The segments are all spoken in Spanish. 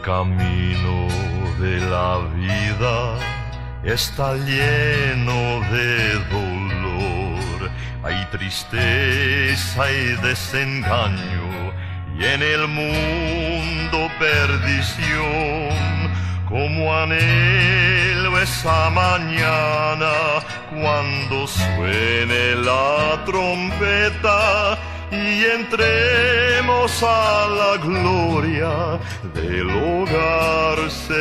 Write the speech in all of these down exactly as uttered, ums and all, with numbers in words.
camino de la vida está lleno de dolor. Hay tristeza y desengaño y en el mundo perdición. Como anhelo esa mañana cuando suene la trompeta y entremos a la gloria del hogar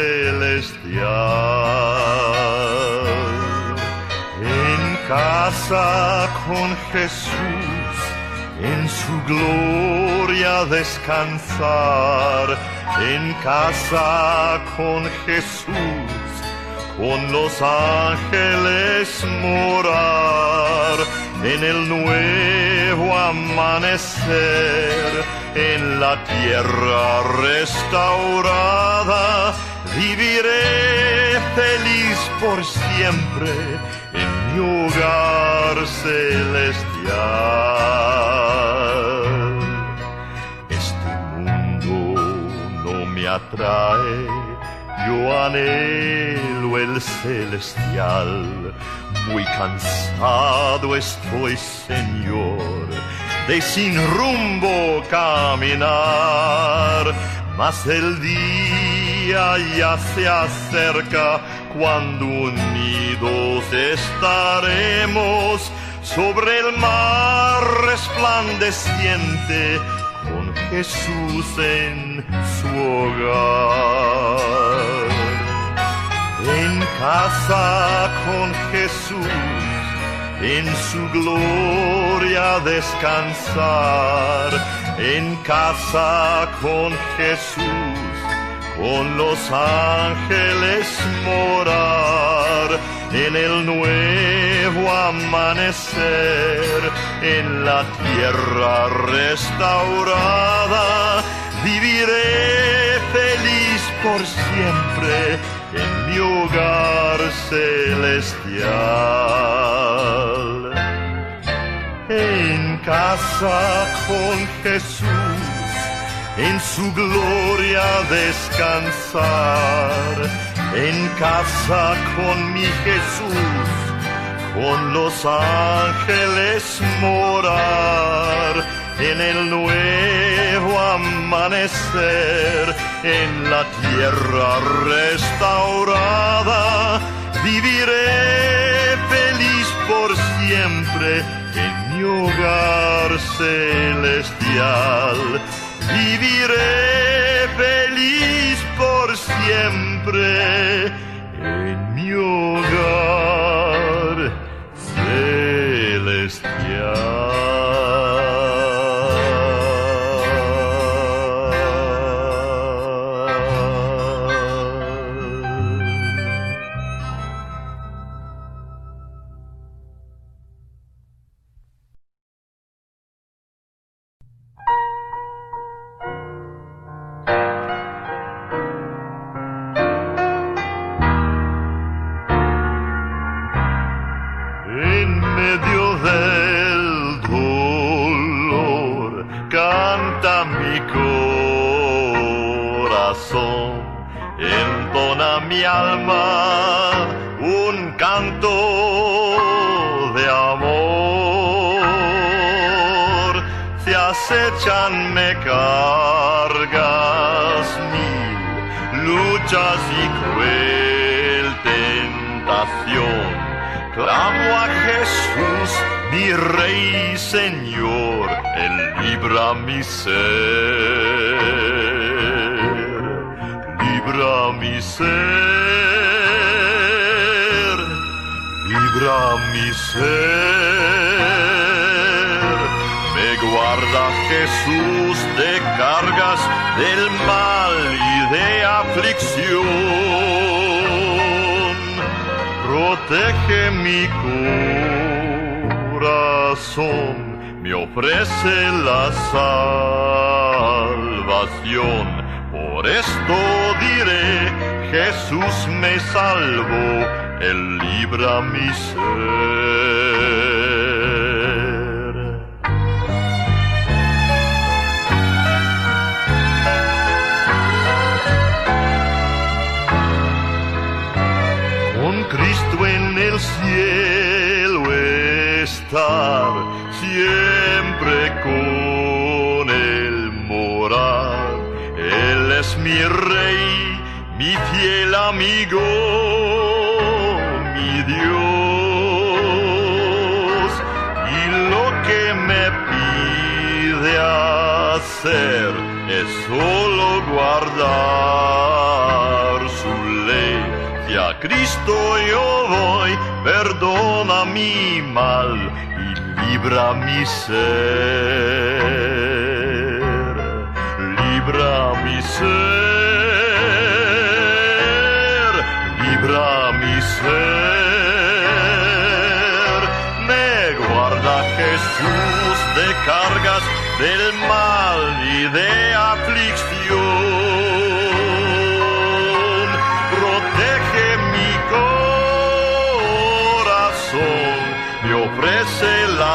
celestial. En casa con Jesús, en su gloria descansar. En casa con Jesús, con los ángeles morar. En el nuevo amanecer, en la tierra restaurada, viviré feliz por siempre en mi hogar celestial. Este mundo no me atrae, yo anhelo el celestial. Muy cansado estoy, Señor, de sin rumbo caminar, mas el día ya se acerca cuando unidos estaremos sobre el mar resplandeciente con Jesús en su hogar. En casa con Jesús, en su gloria descansar. En casa con Jesús, con los ángeles morar. En el nuevo amanecer, en la tierra restaurada, viviré feliz por siempre en mi hogar celestial. En casa con Jesús, en su gloria descansar. En casa con mi Jesús, con los ángeles morar. En el nuevo amanecer, en la tierra restaurada, viviré feliz por siempre en mi hogar celestial. Viviré feliz por siempre en mi hogar celestial. Entona mi alma un canto de amor. Se acechan me cargas mil luchas y cruel tentación. Clamo a Jesús, mi Rey y Señor, Él libra mi ser. Libra mi ser, libra mi ser. Me guarda Jesús de cargas del mal y de aflicción. Protege mi corazón, me ofrece la salvación. Por esto diré, Jesús me salvó, Él libra mi ser. el cielo estar, siempre con él morar. Él es mi rey, mi fiel amigo, mi Dios, y lo que me pide hacer es solo guardar su ley. Si a Cristo yo voy, perdona mi mal y libra mi ser, libra mi ser, libra mi ser. Me guarda Jesús de cargas del mal y de aflicción, protege mi corazón, me ofrece la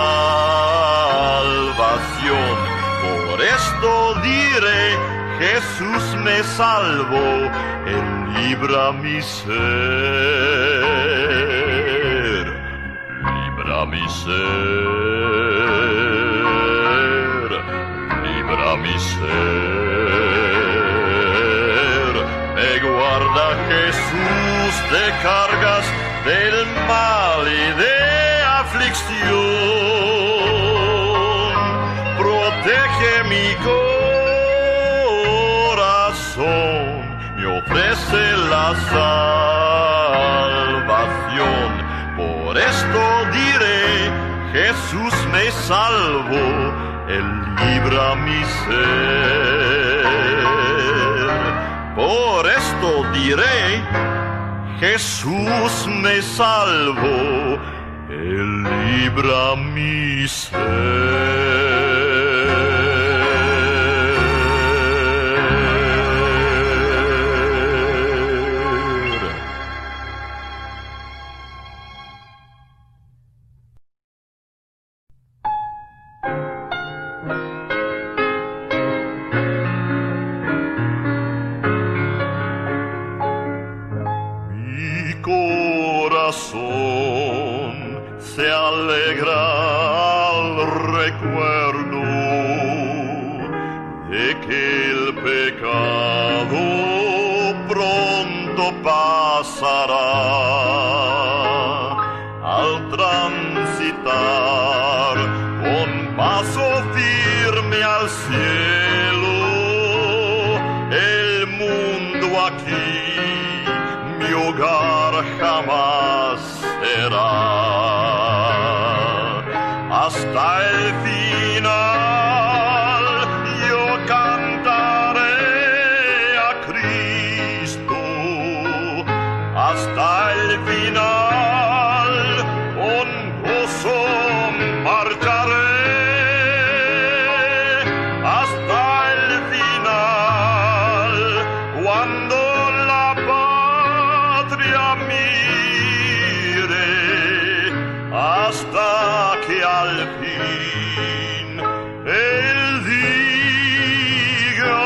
salvación. Por esto diré, Jesús me salvó, Él libra mi ser, libra mi ser, libra mi ser. Me guarda Jesús de cargas del mal y de aflicción, protege mi corazón, me ofrece la salvación. Por esto diré, Jesús me salvó, Él libra mi ser. Por esto diré, Jesús me salvó, Él libra mi ser. Se alegra al recuerdo de que el pecado pronto pasará. Al transitar con paso firme al cielo, el mundo aquí mi hogar jamás será. Hasta el final yo cantaré a Cristo, hasta el final con gozo marcharé, hasta el final cuando la patria mire, hasta que al fin Él diga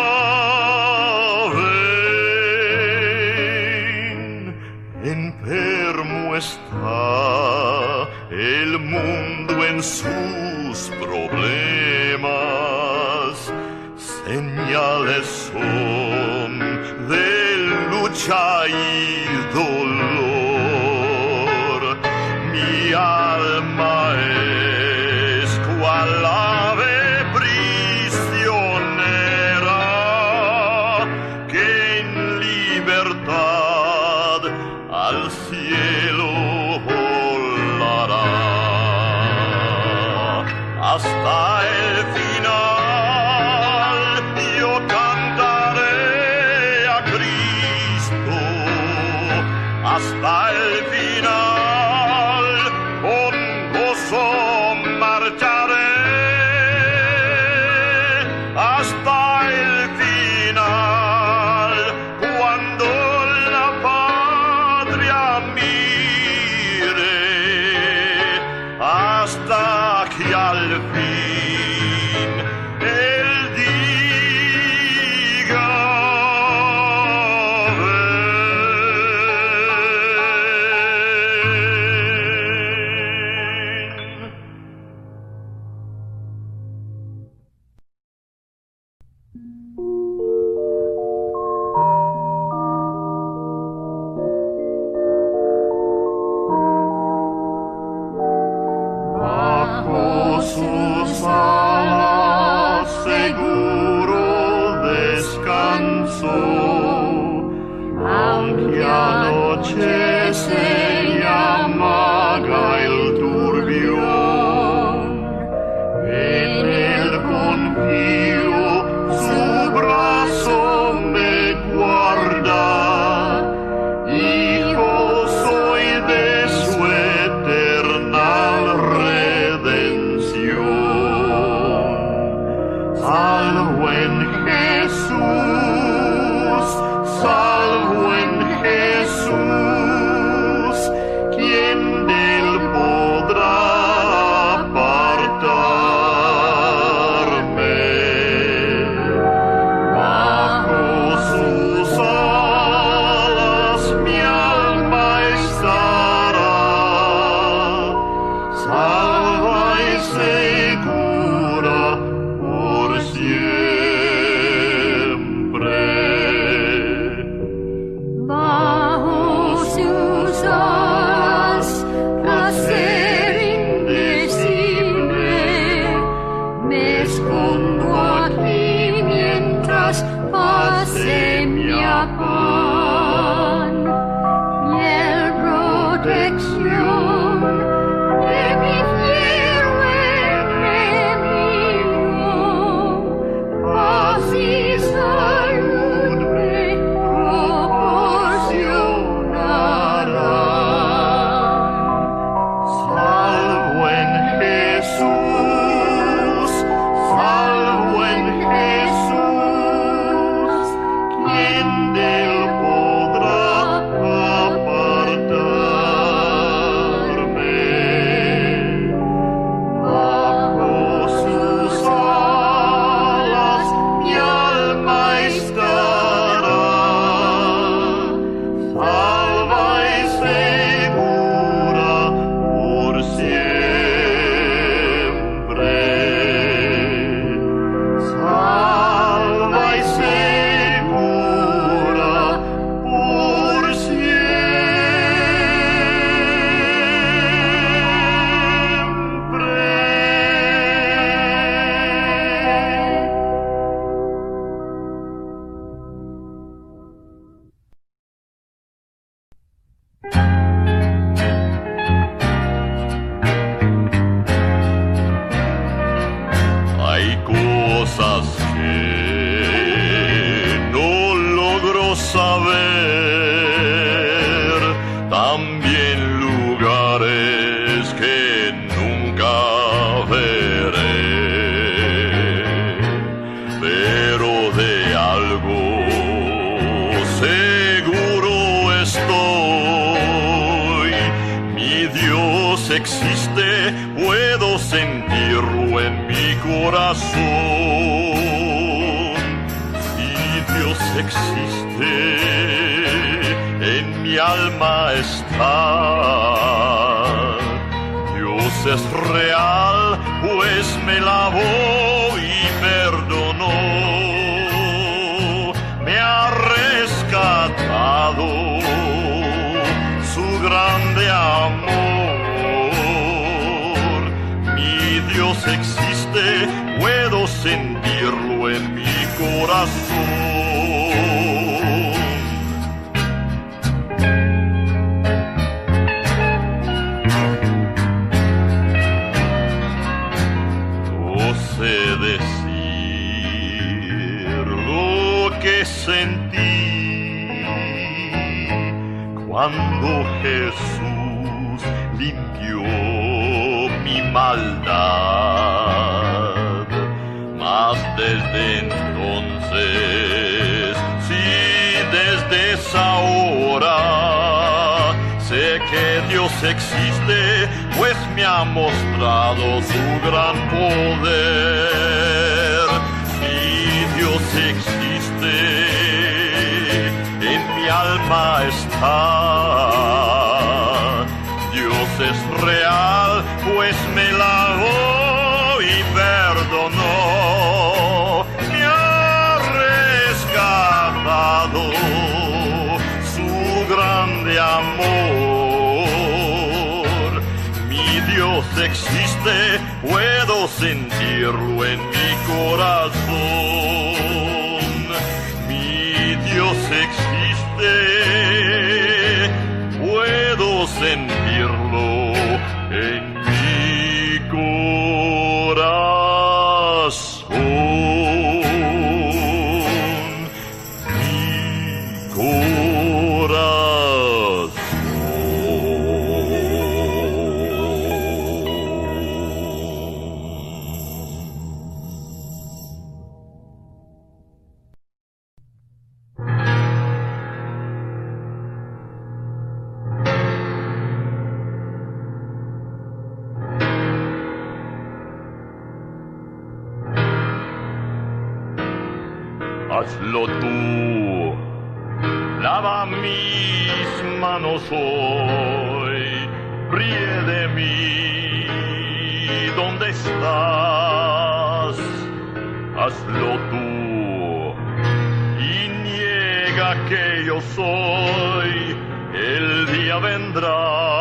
ven. Enfermo está el mundo en sus problemas, señales son de lucha y dolor. Mi alma es cual ave prisionera que en libertad al cielo volará. Hasta el final yo cantaré a Cristo, hasta Dios existe, puedo sentirlo en mi corazón. Si Dios existe, en mi alma está. Dios es real, pues me lavó y perdonó. Me ha rescatado su grande amor. Mi Dios existe, puedo sentirlo en mi corazón. No sé decir lo que sentí cuando Jesús limpió mi maldad. Mas desde entonces, sí, desde esa hora, sé que Dios existe, pues me ha mostrado su gran poder. Si Dios existe, en mi alma está. Dios es real, pues me lavó y perdonó. Me ha rescatado su grande amor. Mi Dios existe, puedo sentirlo en mi corazón. Mi Dios existe, puedo sentirlo en mi corazón. Mi hazlo tú, lava mis manos hoy, ríe de mí, ¿dónde estás? Hazlo tú y niega que yo soy, el día vendrá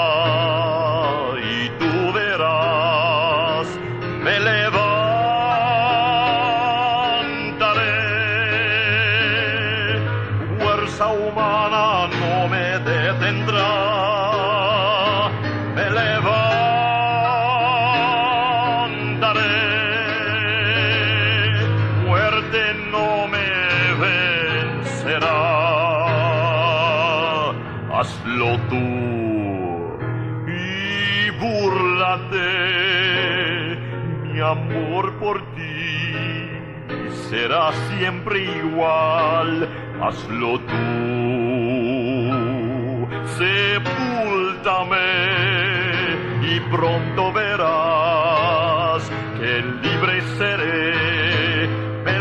y tú verás, me levantaré. Humana no me detendrá, me levantaré, muerte no me vencerá. Hazlo tú y búrlate, mi amor por ti será siempre igual. Hazlo tú, sepúltame y pronto verás que libre seré. Me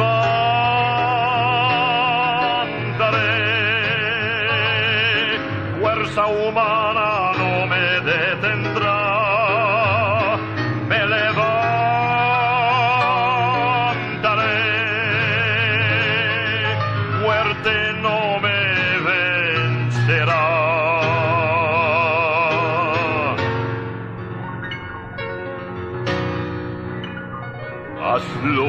levantaré, fuerza humana no me detendrá. Me levantaré, muerte no me vencerá. Hazlo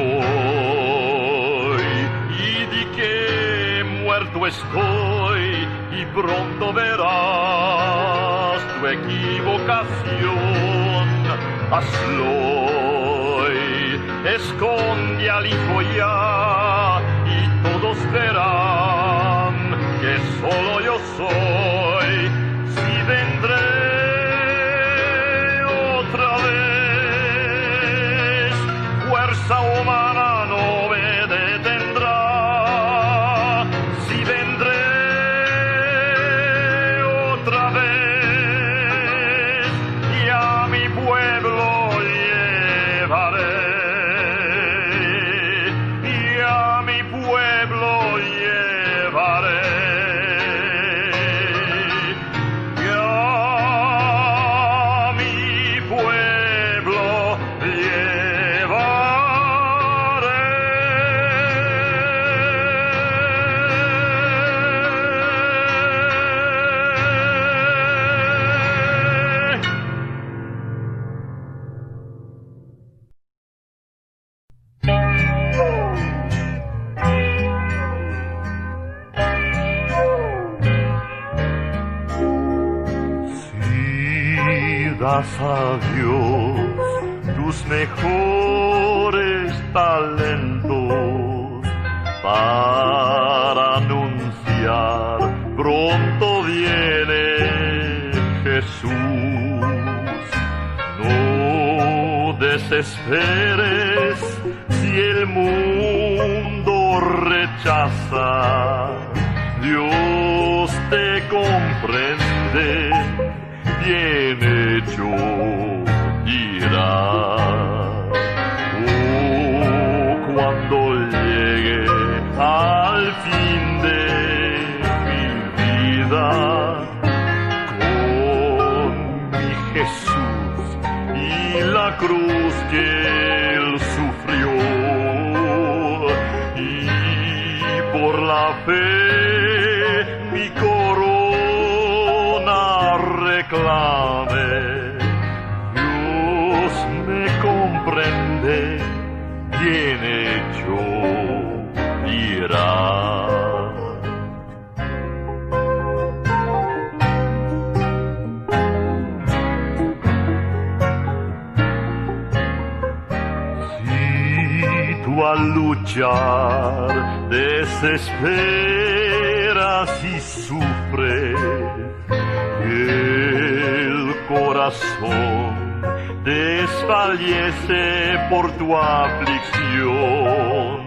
y di que muerto estoy y pronto verás tu equivocación. Hazlo y esconde al hijo ya y todos verán que solo yo soy. Si vendré otra vez, fuerza humana no me detendrá. Si vendré otra vez, pueblo llevaré, y a mi pueblo llevaré, y a mi pueblo das a Dios tus mejores talentos para anunciar pronto viene Jesús. No desesperes si el mundo rechaza, Dios te comprende, bien hecho dirá. Oh, cuando llegue al fin de mi vida con mi Jesús y la cruz que él sufrió, y por la fe mi corona reclame, Dios me comprende, bien hecho dirá. Si tú al luchar desesperas y sufres, el corazón desfallece por tu aflicción,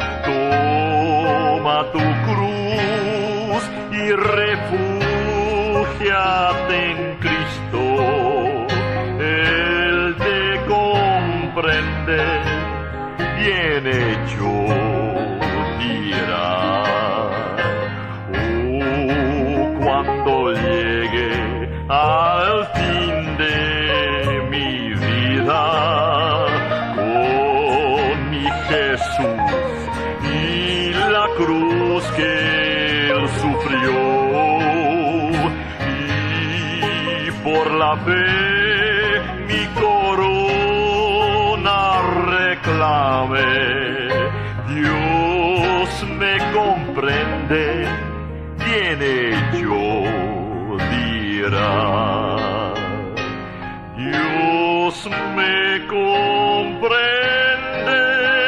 toma tu cruz y refúgiate en Cristo, Él te comprende, bien hecho dirá. Oh, cuando llegue al fin de mi vida con mi Jesús y la cruz que él sufrió, y por la fe mi corona reclame, Dios me comprende, bien hecho dirá. Dios me comprende,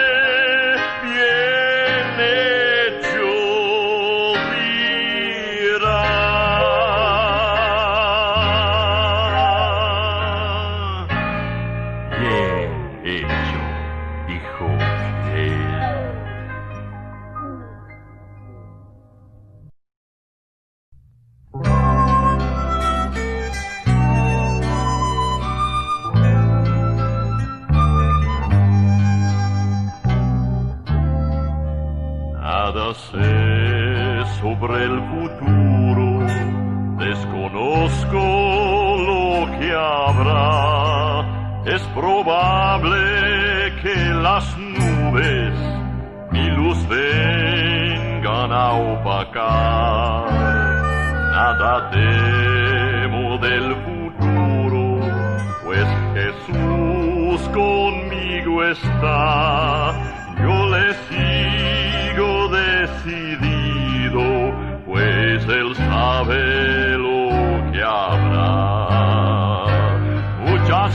bien hecho dirá. Bien hecho, hijo fiel. Nada sé sobre el futuro, desconozco lo que habrá. Es probable que las nubes mi luz vengan a opacar. Nada temo del futuro, pues Jesús conmigo está. Yo le sigo decidido, pues Él sabe lo que habrá. Muchas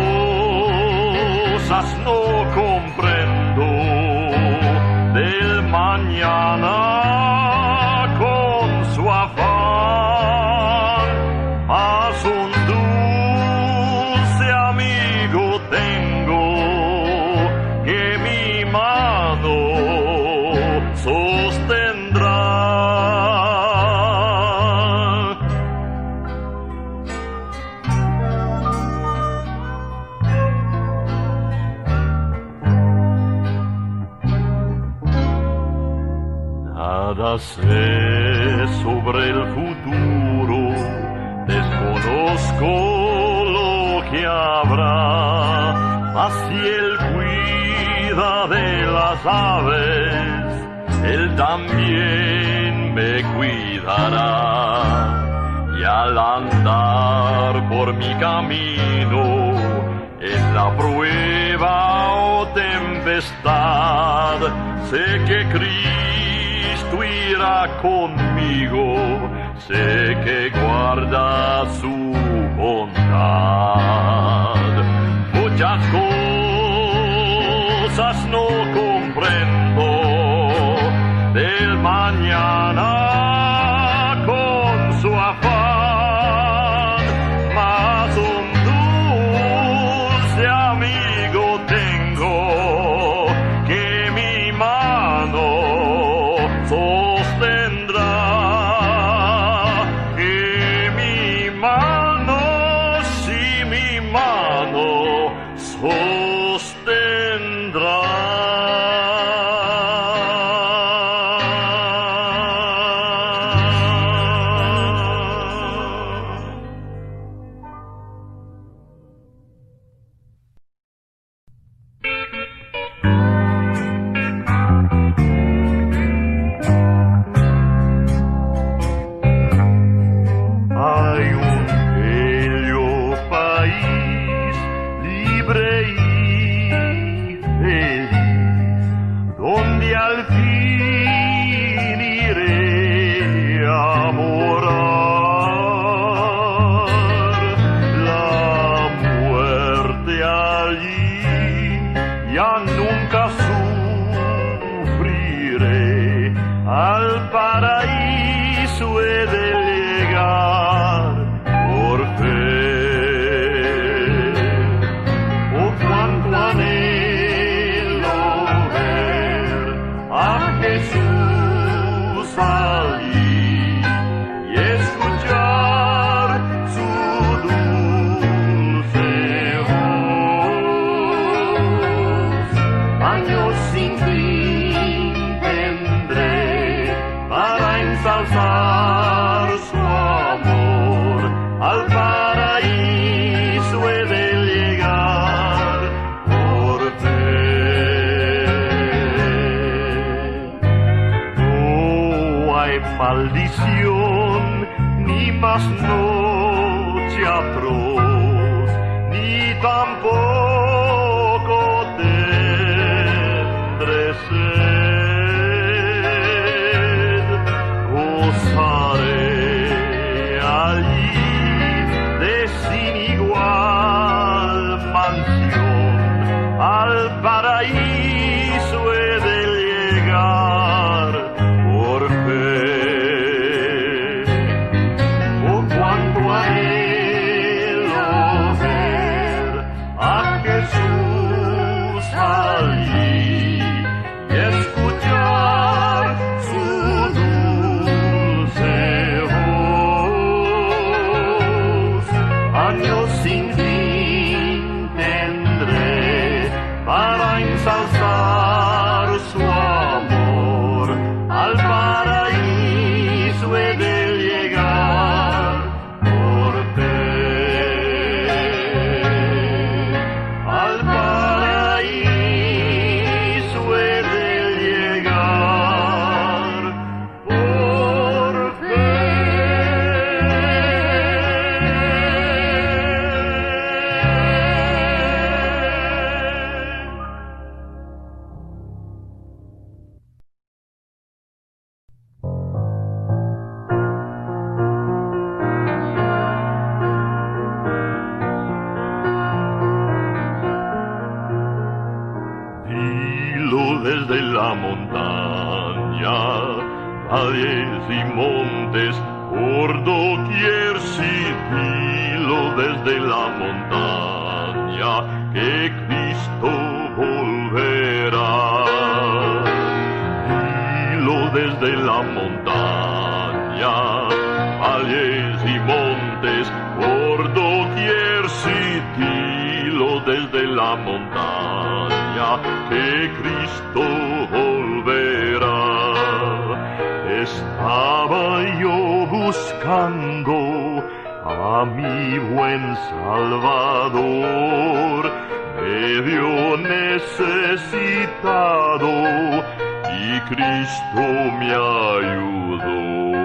cosas no comprendo del mañana con su afán, mas un dulce amigo tengo que mi mano sostendrá. Nada sé sobre el futuro, desconozco lo que habrá, mas si él cuida de las aves, él también me cuidará. Y al andar por mi camino, en la prueba o tempestad, sé que Cristo irá conmigo, sé que guarda su bondad. Muchas cosas no comprendo del mañana con su afán, mas un dulce amigo tengo que mi mano sostendrá, que mi mano, sí, mi mano sostendrá. Maldición, ni más noche atroz, ni tampoco tendré sed. Gozaré allí de sin igual mansión, al paraíso he de llegar por fe. Desde la montaña, valles y montes, por doquier sí, dilo desde la montaña, que Cristo volverá. Dilo desde la montaña, valles y montes, por doquier sí, dilo desde la montaña, que Cristo volverá. Estaba yo buscando a mi buen Salvador, medio necesitado, y Cristo me ayudó.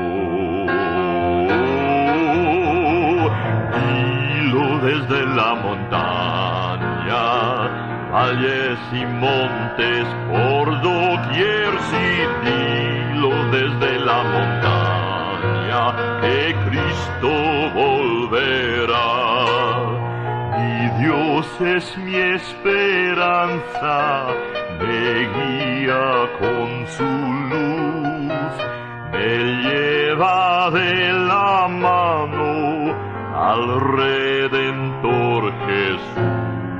Dilo desde la montaña, valles y montes por doquier, sí, dilo desde la montaña, que Cristo volverá. Mi Dios es mi esperanza, me guía con su luz, me lleva de la mano al Redentor Jesús.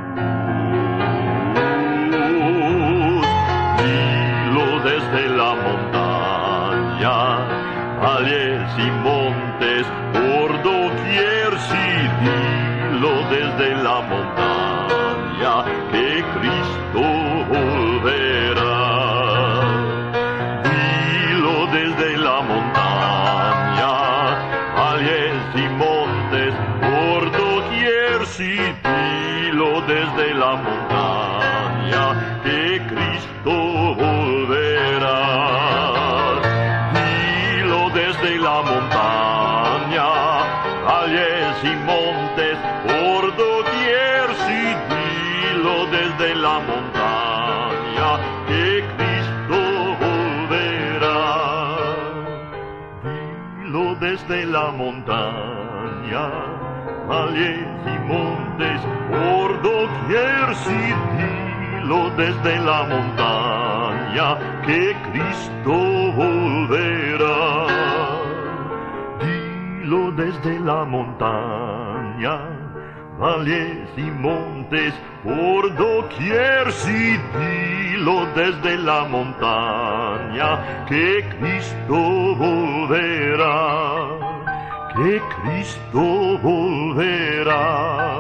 Dilo desde la montaña, valles y montes por doquier, sí, dilo desde la montaña, que Cristo volverá. Dilo desde la montaña, valles y montes por doquier, sí, dilo desde la montaña, que Cristo volverá. Dilo desde la montaña, valles y montes por doquier, sí, dilo desde la montaña, que Cristo volverá. Dilo desde la montaña, valles y montes por doquier, sí, dilo desde la montaña, que Cristo volverá. Dilo desde la montaña, valles y montes por doquier, sí, dilo desde la montaña, que Cristo volverá, que Cristo volverá.